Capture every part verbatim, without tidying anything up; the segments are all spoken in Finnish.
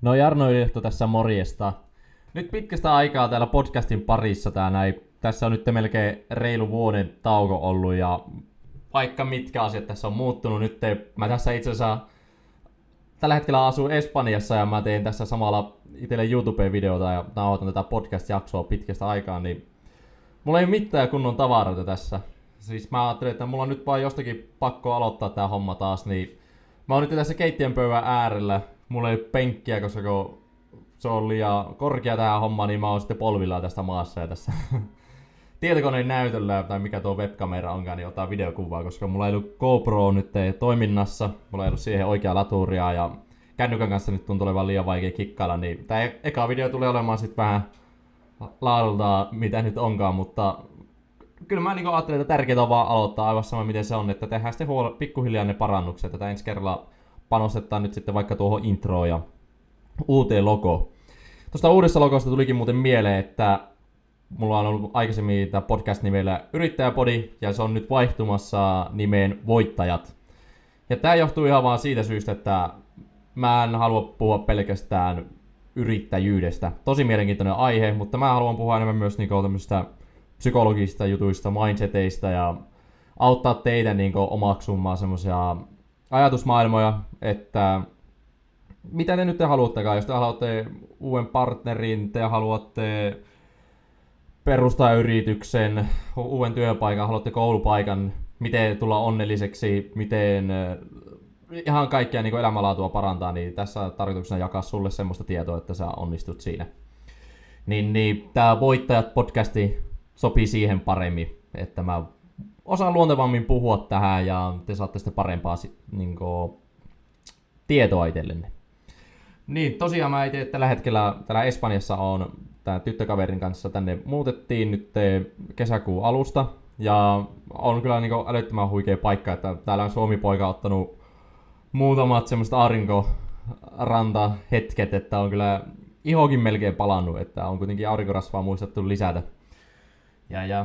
No Jarno Ylehto tässä morjesta. Nyt pitkästä aikaa täällä podcastin parissa tää näin. Tässä on nyt melkein reilu vuoden tauko ollut ja vaikka mitkä asiat tässä on muuttunut. Nyt te, mä tässä itse asiassa tällä hetkellä asun Espanjassa ja mä teen tässä samalla itselle YouTube-videota ja nauhoitan tätä podcast-jaksoa pitkästä aikaa, niin mulla ei ole mitään kunnon tavaroita tässä. Siis mä ajattelin, että mulla on nyt vaan jostakin pakko aloittaa tää homma taas, niin mä oon nyt tässä keittiön pöydän äärellä. Mulla ei ole penkkiä, koska kun se on liian korkea tähän hommaan, niin mä oon sitten polvillaan tästä maassa ja tässä tietokoneen näytöllä, tai mikä tuo webkamera onkaan, niin ottaa videokuvaa, koska mulla ei ollut GoPro nyt toiminnassa, mulla ei ollut siihen oikeaa laturia ja kännykän kanssa nyt tuntuu olevan liian vaikea kikkailla, niin tää eka video tulee olemaan sitten vähän laadultaan mitä nyt onkaan, mutta kyllä mä niin ajattelin, että tärkeintä on vaan aloittaa aivan sama miten se on, että tehdään sitten huol- pikkuhiljaa ne parannukset, että ensi kerralla panostetaan nyt sitten vaikka tuohon introon ja uuteen logoon. Tuosta uudesta logosta tulikin muuten mieleen, että mulla on ollut aikaisemmin tämä podcast nimellä Yrittäjäpodi, ja se on nyt vaihtumassa nimeen Voittajat. Ja tää johtuu ihan vaan siitä syystä, että mä en halua puhua pelkästään yrittäjyydestä. Tosi mielenkiintoinen aihe, mutta mä haluan puhua enemmän myös niinku tämmöistä psykologisista jutuista, mindseteista ja auttaa teitä niinku omaksumaan semmoisia ajatusmaailmoja, että mitä te nyt te haluattekaan, jos te haluatte uuden partnerin, te haluatte perustaa yrityksen, uuden työpaikan, haluatte koulupaikan, miten tulla onnelliseksi, miten ihan kaikkea niin elämänlaatua parantaa, niin tässä on tarkoituksena jakaa sulle semmoista tietoa, että sä onnistut siinä. Niin, niin tämä Voittajat-podcasti sopii siihen paremmin, että mä osaan luontevammin puhua tähän ja te saatte sitten parempaa niin kuin, tietoa itsellenne. Niin, tosiaan mä itse tällä hetkellä täällä Espanjassa on tämän tyttökaverin kanssa tänne muutettiin nyt kesäkuun alusta. Ja on kyllä niin kuin älyttömän huikea paikka, että täällä on Suomi-poika ottanut muutamat semmoista aurinkoranta hetket, että on kyllä ihokin melkein palannut, että on kuitenkin aurinkorasvaa muistettu lisätä. Ja, ja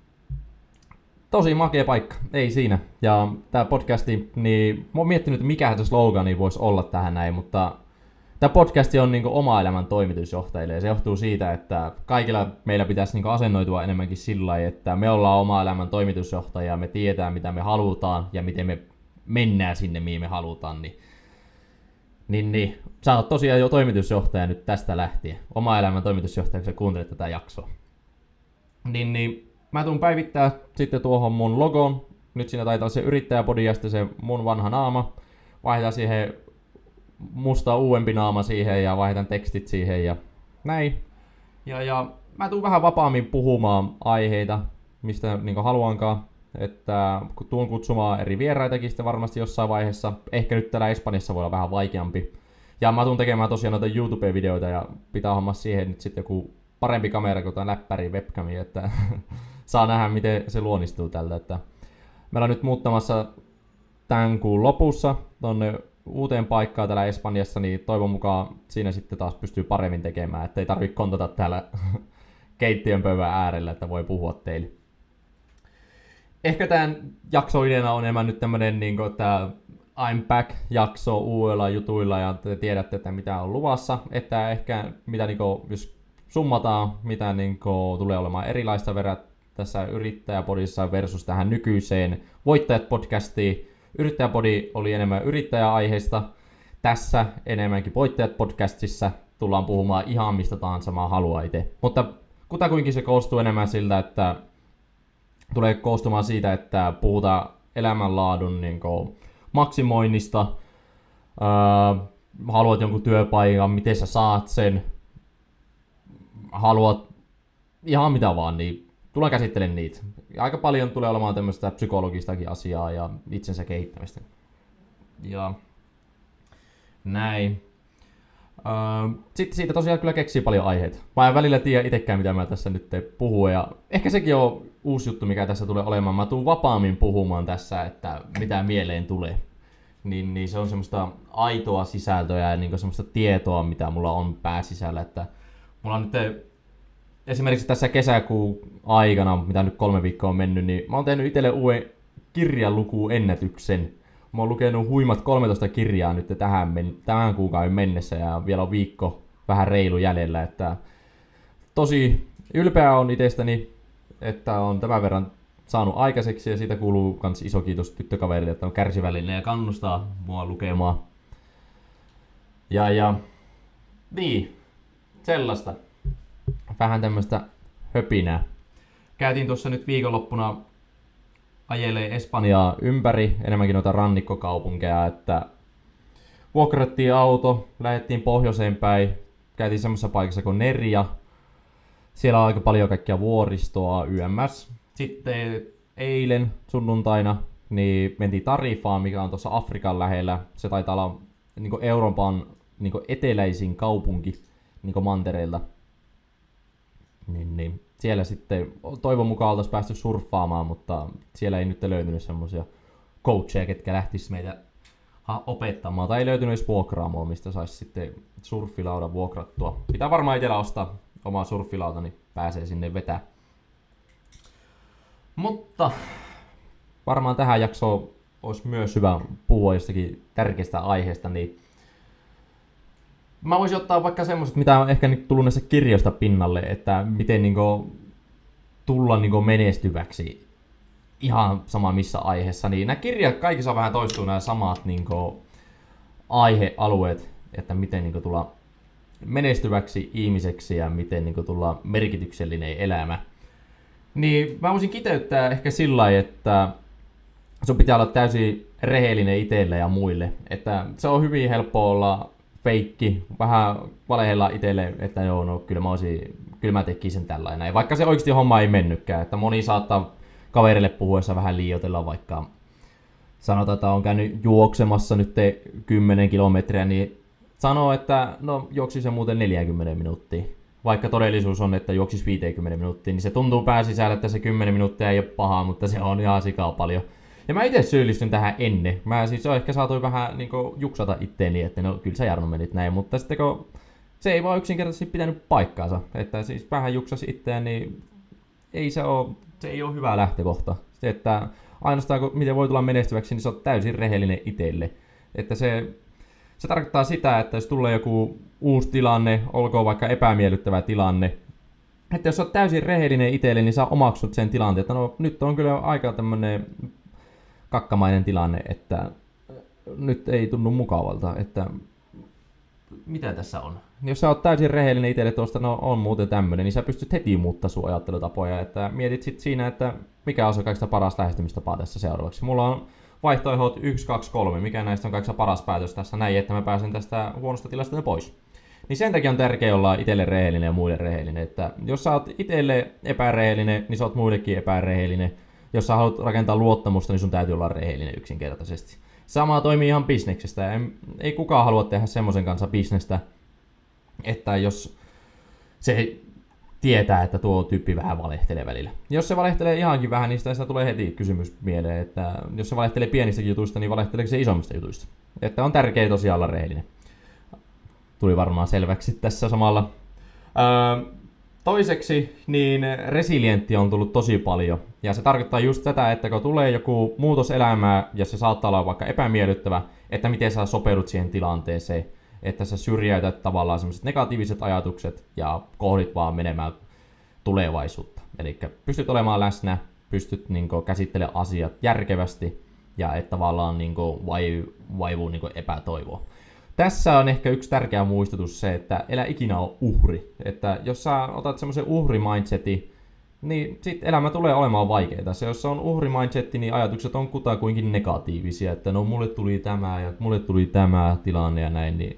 tosi makea paikka, ei siinä. Ja tää podcasti, niin mä oon miettinyt, että mikähän se slogani voisi olla tähän näin, mutta tää podcasti on niinku oma elämän toimitusjohtajille ja se johtuu siitä, että kaikilla meillä pitäisi niinku asennoitua enemmänkin sillä lailla, että me ollaan oma elämän toimitusjohtajia, me tietää mitä me halutaan ja miten me mennään sinne mihin me halutaan, niin, niin, niin. Sä oot tosiaan jo toimitusjohtaja nyt tästä lähtien, oma elämän toimitusjohtaja, kun sä kuuntelet tätä jaksoa. Niin, niin. Mä tuun päivittää sitten tuohon mun logoon. Nyt siinä taitaa se yrittäjäpodi ja sitten se mun vanha naama. Vaihdan siihen musta uudempi naama siihen ja vaihdan tekstit siihen ja näin. Ja, ja mä tuun vähän vapaammin puhumaan aiheita, mistä niin haluankaan. Että tuun kutsumaan eri vieraitakin sitten varmasti jossain vaiheessa. Ehkä nyt täällä Espanjassa voi olla vähän vaikeampi. Ja mä tuun tekemään tosiaan noita YouTube-videoita ja pitää hommaa siihen nyt sitten joku parempi kamera kuin tämä läppäri webcami, että saa nähdä, miten se luonnistuu tältä. Että meillä on nyt muuttamassa tämän kuun lopussa tonne uuteen paikkaan täällä Espanjassa, niin toivon mukaan siinä sitten taas pystyy paremmin tekemään, ettei tarvitse kontata täällä keittiön pöydän äärellä, että voi puhua teille. Ehkä tämän jakson ideana on enemmän nyt tämmönen niin kuin, että I'm back-jakso uudella jutuilla ja te tiedätte, että mitä on luvassa, että ehkä mitä niin kuin, jos summataan, mitä niin kuin, tulee olemaan erilaista verrat tässä Yrittäjäpodissa versus tähän nykyiseen Voittajat-podcastiin. Yrittäjäpodi oli enemmän yrittäjäaiheista. Tässä enemmänkin Voittajat-podcastissa tullaan puhumaan ihan mistä tahansa mä haluan itse. Mutta kutakuinkin se koostuu enemmän siltä, että tulee koostumaan siitä, että puhutaan elämänlaadun niin kuin, maksimoinnista. Öö, haluat jonkun työpaikan, miten sä saat sen. Haluat ihan mitä vaan, niin tullaan käsittelen niitä. Aika paljon tulee olemaan tämmöistä psykologistakin asiaa ja itsensä kehittämistä. Ja näin. Öö, sitten siitä tosiaan kyllä keksii paljon aiheita. Mä en välillä tiedä itsekään mitä mä tässä nyt puhun ja ehkä sekin on uusi juttu mikä tässä tulee olemaan. Mä tuun vapaammin puhumaan tässä, että mitä mieleen tulee. Niin, niin se on semmoista aitoa sisältöä ja niin semmoista tietoa mitä mulla on pääsisällä, että mulla on nyt esimerkiksi tässä kesäkuun aikana, mitä nyt kolme viikkoa on mennyt, niin mä oon tehnyt itselle uuden kirjanlukuennätyksen. Mä oon lukenut huimat kolmetoista kirjaa nyt tähän, men- tämän kuukauden mennessä ja vielä on viikko vähän reilu jäljellä. Että tosi ylpeä on itsestäni, että on tämän verran saanut aikaiseksi ja siitä kuuluu myös iso kiitos tyttökaverille, että on kärsivällinen ja kannustaa mua lukemaan. Ja, ja niin, sellaista. Vähän tämmöistä höpinää. Käytiin tuossa nyt viikonloppuna ajelee Espanjaa ympäri, enemmänkin noita rannikkokaupunkeja, että vuokrattiin auto, lähdettiin pohjoiseen päin, käytiin semmoisessa paikassa kuin Neria. Siellä on aika paljon kaikkia vuoristoa, Y M S. Sitten eilen sunnuntaina niin mentiin Tarifaan, mikä on tuossa Afrikan lähellä. Se taitaa olla niin Euroopan niin eteläisin kaupunki niin mantereelta. Niin, niin. Siellä sitten toivon mukaan oltaisiin päästy surffaamaan, mutta siellä ei nyt löytynyt semmoisia coacheja, ketkä lähtis meitä opettamaan. Tai ei löytynyt edes vuokraamoa, mistä saisi sitten surffilaudan vuokrattua. Pitää varmaan itsellä ostaa omaa surffilauta, niin pääsee sinne vetää. Mutta varmaan tähän jaksoon olisi myös hyvä puhua jostakin tärkeästä aiheesta, niin mä voisin ottaa vaikka semmoiset, mitä on ehkä nyt tullut näissä kirjoista pinnalle, että miten niinku tulla niinku menestyväksi ihan sama missä aiheessa. Niin nämä kirjat kaikissa vähän toistuu nämä samat niinku aihealueet, että miten niinku tulla menestyväksi ihmiseksi ja miten niinku tulla merkityksellinen elämä. Niin mä voisin kiteyttää ehkä sillä lailla, että sun pitää olla täysin rehellinen itselle ja muille. Että se on hyvin helppo olla feikki, vähän valehella itselle, että joo, no kyllä mä, olisin, kyllä mä tekisin tällainen. Vaikka se oikeasti homma ei mennytkään, että moni saattaa kaverille puhuessa vähän liioitella, vaikka sanotaan, että on käynyt juoksemassa nyt kymmenen kilometriä, niin sanoo, että no juoksi se muuten neljäkymmentä minuuttia. Vaikka todellisuus on, että juoksis viisikymmentä minuuttia, niin se tuntuu pääsisällä, että se kymmenen minuuttia ei ole pahaa, mutta se on ihan sikaa paljon. Ja mä itse syyllistyn tähän ennen. Mä siis ehkä saatoin vähän niin kuin, juksata itteeni, että no kyllä sä Jarno menit näin, mutta sitten kun se ei vaan yksinkertaisesti pitänyt paikkaansa, että siis vähän juksasi itteen, niin ei se ole, se ei ole hyvä lähtökohta. Se, että ainoastaan kun miten voi tulla menestyväksi, niin se on täysin rehellinen itselle. Että se, se tarkoittaa sitä, että jos tulee joku uusi tilanne, olkoon vaikka epämiellyttävä tilanne, että jos olet täysin rehellinen itselle, niin sä omaksut sen tilanteen, että no nyt on kyllä aika tämmönen kakkamainen tilanne, että nyt ei tunnu mukavalta, että mitä tässä on. Jos sä oot täysin rehellinen itselle tuosta, no on muuten tämmönen, niin sä pystyt heti muuttaa sun ajattelutapoja, että mietit sit siinä, että mikä on se kaikista paras lähestymistapa tässä seuraavaksi. Mulla on vaihtoehdot yksi, kaksi, kolme, mikä näistä on kaikista paras päätös tässä näin, että mä pääsen tästä huonosta tilasta pois. Niin sen takia on tärkeää olla itselle rehellinen ja muille rehellinen, että jos sä oot itselle epärehellinen, niin sä oot muillekin epärehellinen. Jos sä haluat rakentaa luottamusta, niin sun täytyy olla rehellinen yksinkertaisesti. Sama toimii ihan bisneksestä. Ei kukaan halua tehdä semmoisen kanssa bisnestä, että jos se tietää, että tuo tyyppi vähän valehtelee välillä. Jos se valehtelee ihankin vähän, niin sitä tulee heti kysymys mieleen, että jos se valehtelee pienistäkin jutuista, niin valehteleeko se isommista jutuista. Että on tärkeää tosiaan olla rehellinen. Tuli varmaan selväksi tässä samalla. Öö, Toiseksi, niin resilientti on tullut tosi paljon. Ja se tarkoittaa just tätä, että kun tulee joku muutos elämään, ja se saattaa olla vaikka epämiellyttävä, että miten sä sopeudut siihen tilanteeseen. Että sä syrjäytät tavallaan sellaiset negatiiviset ajatukset ja kohdit vaan menemään tulevaisuutta. Eli pystyt olemaan läsnä, pystyt niin kuin, käsittelemään asiat järkevästi ja et tavallaan niin kuin, vaivu, vaivuu niin kuin, epätoivoa. Tässä on ehkä yksi tärkeä muistutus se, että elä ikinä ole uhri. Että jos sä otat semmoisen uhrimindsetin, niin sit elämä tulee olemaan vaikeaa. Se, jos se on uhrimindsetti, niin ajatukset on kutakuinkin negatiivisia, että no mulle tuli tämä ja mulle tuli tämä tilanne ja näin, niin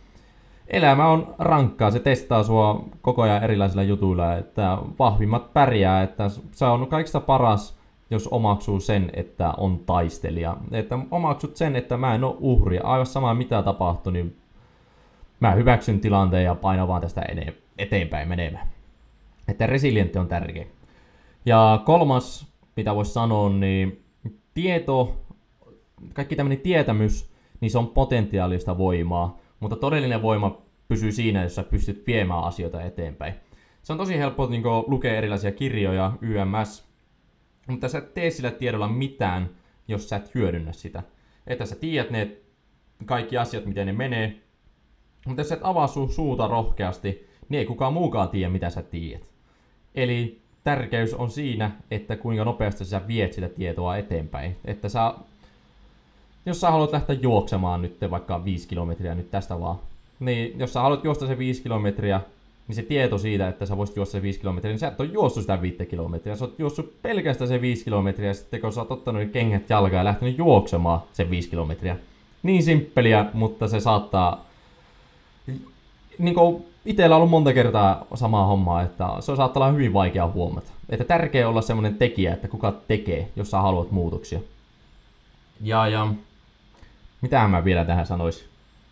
elämä on rankkaa, se testaa sua koko ajan erilaisilla jutuilla, että vahvimmat pärjää, että se on kaikista paras, jos omaksuu sen, että on taistelija. Että omaksut sen, että mä en ole uhri, aivan sama mitä tapahtuu, niin mä hyväksyn tilanteen ja painan vaan tästä eteenpäin menemään. Että resilientti on tärkeä. Ja kolmas, mitä voisi sanoa, niin tieto, kaikki tämmöinen tietämys, niin se on potentiaalista voimaa, mutta todellinen voima pysyy siinä, jos sä pystyt viemään asioita eteenpäin. Se on tosi helppo niin kuin, lukea erilaisia kirjoja, Y M S, mutta sä et tee sillä tiedolla mitään, jos sä et hyödynnä sitä. että sä tiedät ne kaikki asiat, miten ne menee. Mutta jos et avaa sun suuta rohkeasti, niin ei kukaan muukaan tiedä, mitä sä tiedät. Eli tärkeys on siinä, että kuinka nopeasti sä viet sitä tietoa eteenpäin. Että sä, jos sä haluat lähteä juoksemaan nyt vaikka viisi kilometriä nyt tästä vaan, niin jos sä haluat juosta se viisi kilometriä, niin se tieto siitä, että sä voisit juosta se viisi kilometriä, niin sä et ole juossut sitä viisi kilometriä. Sä oot juossut pelkästään se viisi kilometriä, ja sitten kun sä oot ottanut ne kengät jalkaan ja lähtenyt juoksemaan se viisi kilometriä. Niin simppeliä, mutta se saattaa... Niin kuin itsellä on ollut monta kertaa samaa hommaa, että se saattaa olla hyvin vaikea huomata. Että tärkeää olla semmoinen tekijä, että kuka tekee, jos sä haluat muutoksia. Ja, ja... Mitähän mä vielä tähän sanoisin?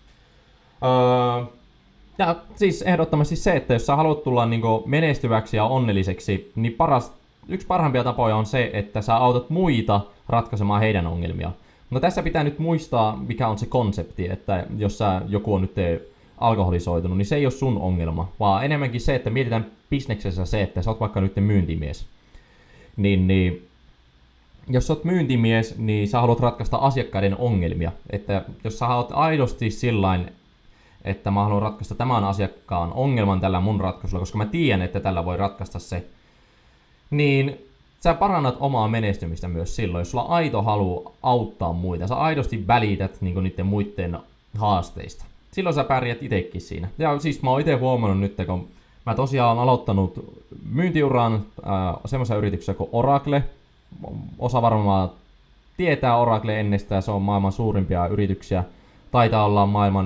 Öö... Ja siis ehdottomasti se, että jos sä haluat tulla niin kuin menestyväksi ja onnelliseksi, niin paras, yksi parhaimpia tapoja on se, että sä autat muita ratkaisemaan heidän ongelmia. Mutta tässä pitää nyt muistaa, mikä on se konsepti, että jos sä, joku on nyt alkoholisoitunut, niin se ei ole sun ongelma, vaan enemmänkin se, että mietitään bisneksessä se, että sä oot vaikka nyt myyntimies. Niin, niin jos sä oot myyntimies, niin sä haluat ratkaista asiakkaiden ongelmia. Että jos sä haluat aidosti sillain, että mä haluan ratkaista tämän asiakkaan ongelman tällä mun ratkaisulla, koska mä tiedän, että tällä voi ratkaista se, niin sä parannat omaa menestymistä myös silloin, jos sulla aito halu auttaa muita. Sä aidosti välität niin kuin niiden muiden haasteista. Silloin sä pärjät itsekin siinä. Ja siis mä oon itse huomannut nyt, kun mä tosiaan olen aloittanut myyntiuran äh, semmoisessa yrityksessä kuin Oracle. Osa varmaan tietää Oracle ennestään, se on maailman suurimpia yrityksiä. Taitaa olla maailman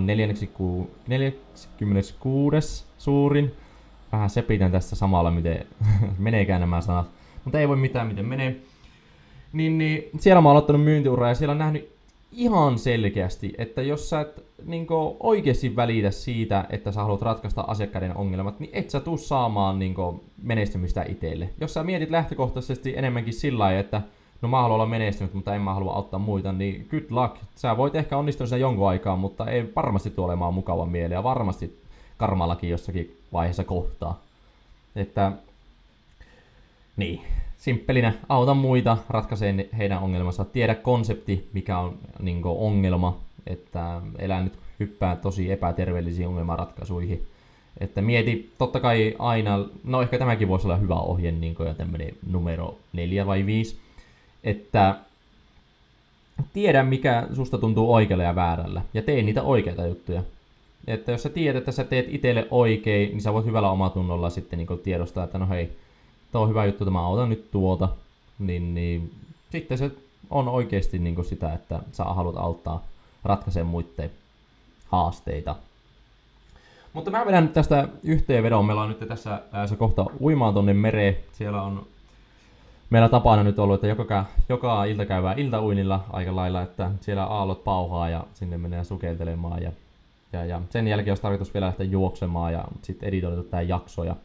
neljäkymmentäkuusi suurin. Vähän sepitän tässä samalla, miten meneekään nämä sanat. Mutta ei voi mitään, miten menee. Niin, niin siellä mä oon aloittanut myyntiuraa ja siellä on nähnyt ihan selkeästi, että jos sä et niin oikeasti välitä siitä, että sä haluat ratkaista asiakkaiden ongelmat, niin et sä tuu saamaan niin menestymistä itselle. Jos sä mietit lähtökohtaisesti enemmänkin sillä lailla, että no mä haluan olla menestynyt, mutta en mä halua auttaa muita, niin good luck. Sä voit ehkä onnistua sen jonkun aikaa, mutta ei varmasti tule olemaan mukava mieli ja varmasti karmallakin jossakin vaiheessa kohtaa. Että niin, simppelinä auta muita, ratkaisee heidän ongelmansa, tiedä konsepti, mikä on niin kuin ongelma, että elää nyt hyppää tosi epäterveellisiin ongelmanratkaisuihin. Että mieti, totta kai aina, no ehkä tämäkin voisi olla hyvä ohje, niin kuin tämmöinen numero neljä vai viisi, että tiedä mikä susta tuntuu oikealle ja väärällä, ja tee niitä oikeita juttuja. Että jos sä tiedät, että sä teet itselle oikein, niin sä voit hyvällä omatunnolla sitten niin tiedostaa, että no hei, tuo on hyvä juttu, että mä autan nyt tuota, niin, niin sitten se on oikeasti niin sitä, että sä haluat auttaa ratkaisemaan muiden haasteita. Mutta mä vedän nyt tästä yhteenvedon. Meillä on nyt tässä ää, se kohta uimaan tonne mereen. Siellä on meillä tapana nyt ollut, että joka, joka ilta käydään iltauinilla aika lailla, että siellä aallot pauhaa ja sinne menee sukeltelemaan. Ja, ja, ja sen jälkeen olisi tarkoitus vielä lähteä juoksemaan ja sitten editoida tämä jakso ja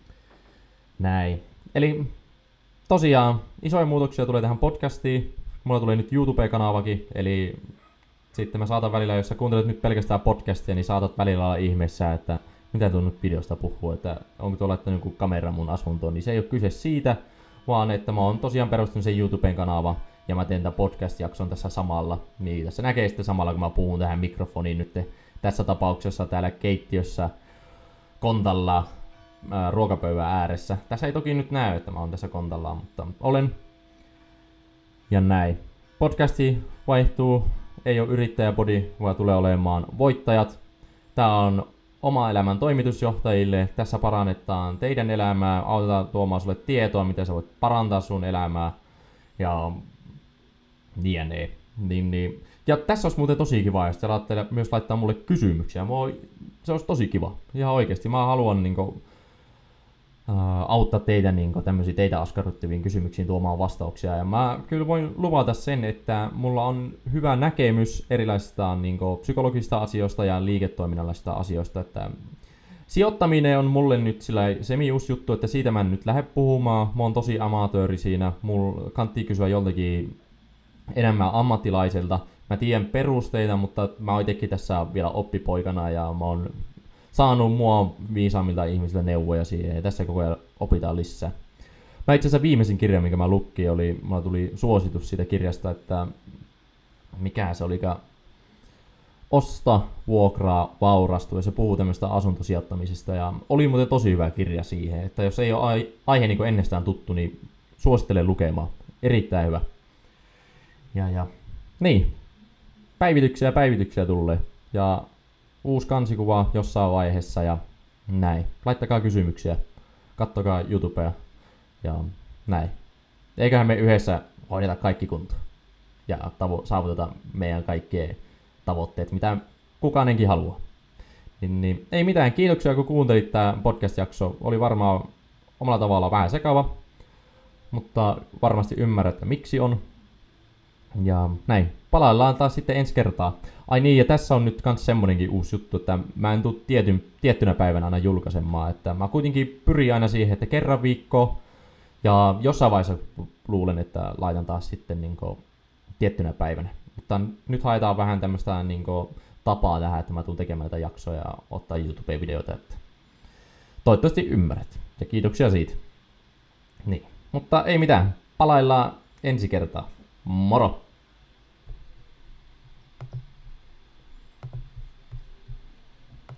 näin. Eli tosiaan isoja muutoksia tulee tähän podcastiin. Mulla tulee nyt YouTube-kanavakin, eli sitten mä saatan välillä, jos sä kuuntelet nyt pelkästään podcastia, niin saatat välillä olla ihmeessä, että mitä tuon nyt videosta puhuu, että onko tuo laittanut joku kamera mun asuntoon, niin se ei ole kyse siitä, vaan että mä oon tosiaan perustanut sen YouTuben kanava ja mä teen tämän podcast-jakson tässä samalla, niin tässä näkee sitten samalla, kun mä puhun tähän mikrofoniin nyt tässä tapauksessa täällä keittiössä kontalla ää, ruokapöydän ääressä. Tässä ei toki nyt näy, että mä oon tässä kontallaan, mutta olen ja näin. Podcasti vaihtuu. Ei ole yrittäjäpodi, vaan tulee olemaan voittajat. Tää on oma elämän toimitusjohtajille. Tässä parannetaan teidän elämää, autetaan tuomaan sulle tietoa, miten sä voit parantaa sun elämää ja jne. Niin, niin. Ja tässä olisi muuten tosi kiva, jos te laittatte myös laittaa mulle kysymyksiä. Moi, se olisi tosi kiva. Ihan oikeasti. Mä haluan niinku, ää, auttaa teitä niinku, tämmöisiä teitä askarruttaviin kysymyksiin tuomaan vastauksia. Ja mä kyllä voin luvata sen, että mulla on hyvä näkemys erilaisista niinku, psykologista asioista ja liiketoiminnallisista asioista. Että sijoittaminen on mulle nyt sillä semi-uusi juttu, että siitä mä en nyt lähde puhumaan. Mä oon tosi amatööri siinä. Mulla kannattaa kysyä joltakin enemmän ammattilaiselta. Mä tiedän perusteita, mutta mä oon itsekin tässä vielä oppipoikana ja mä oon saanut mua viisaammilta ihmisiltä neuvoja siihen ja tässä koko ajan opitaan lisää. Mä itse asiassa viimeisin kirja, minkä mä lukkin, oli, mulla tuli suositus siitä kirjasta, että mikä se olikaan, Osta, vuokraa, vaurastu, ja se puhuu tämmöistä asuntosijoittamisesta, ja oli muuten tosi hyvä kirja siihen, että jos ei ole aihe niin kuin ennestään tuttu, niin suosittelen lukemaan. Erittäin hyvä. Ja, ja niin, päivityksiä ja päivityksiä tulee, ja uusi kansikuva jossain vaiheessa, ja näin. Laittakaa kysymyksiä, kattokaa YouTubea, ja näin. Eiköhän me yhdessä hoideta kaikki kuntoon, ja tavo- saavuteta meidän kaikkien tavoitteet, mitä kukaanenkin haluaa. Niin, niin, ei mitään, kiitoksia kun kuuntelit tämä podcast-jakso. Oli varmaan omalla tavalla vähän sekava, mutta varmasti ymmärrätte miksi on. Ja näin, palaillaan taas sitten ensi kertaa. Ai niin, ja tässä on nyt kans semmonenkin uusi juttu, että mä en tule tietyn, tiettynä päivänä aina julkaisemaan, että mä kuitenkin pyrin aina siihen, että kerran viikko, ja jossain vaiheessa luulen, että laitan taas sitten niin kuin tiettynä päivänä. Mutta nyt haetaan vähän tämmöistä niin kuin tapaa tähän, että mä tulen tekemään näitä jaksoja ja ottaa YouTube-videoita. Että toivottavasti ymmärrät. Ja kiitoksia siitä. Niin. Mutta ei mitään. Palaillaan ensi kertaa. Moro!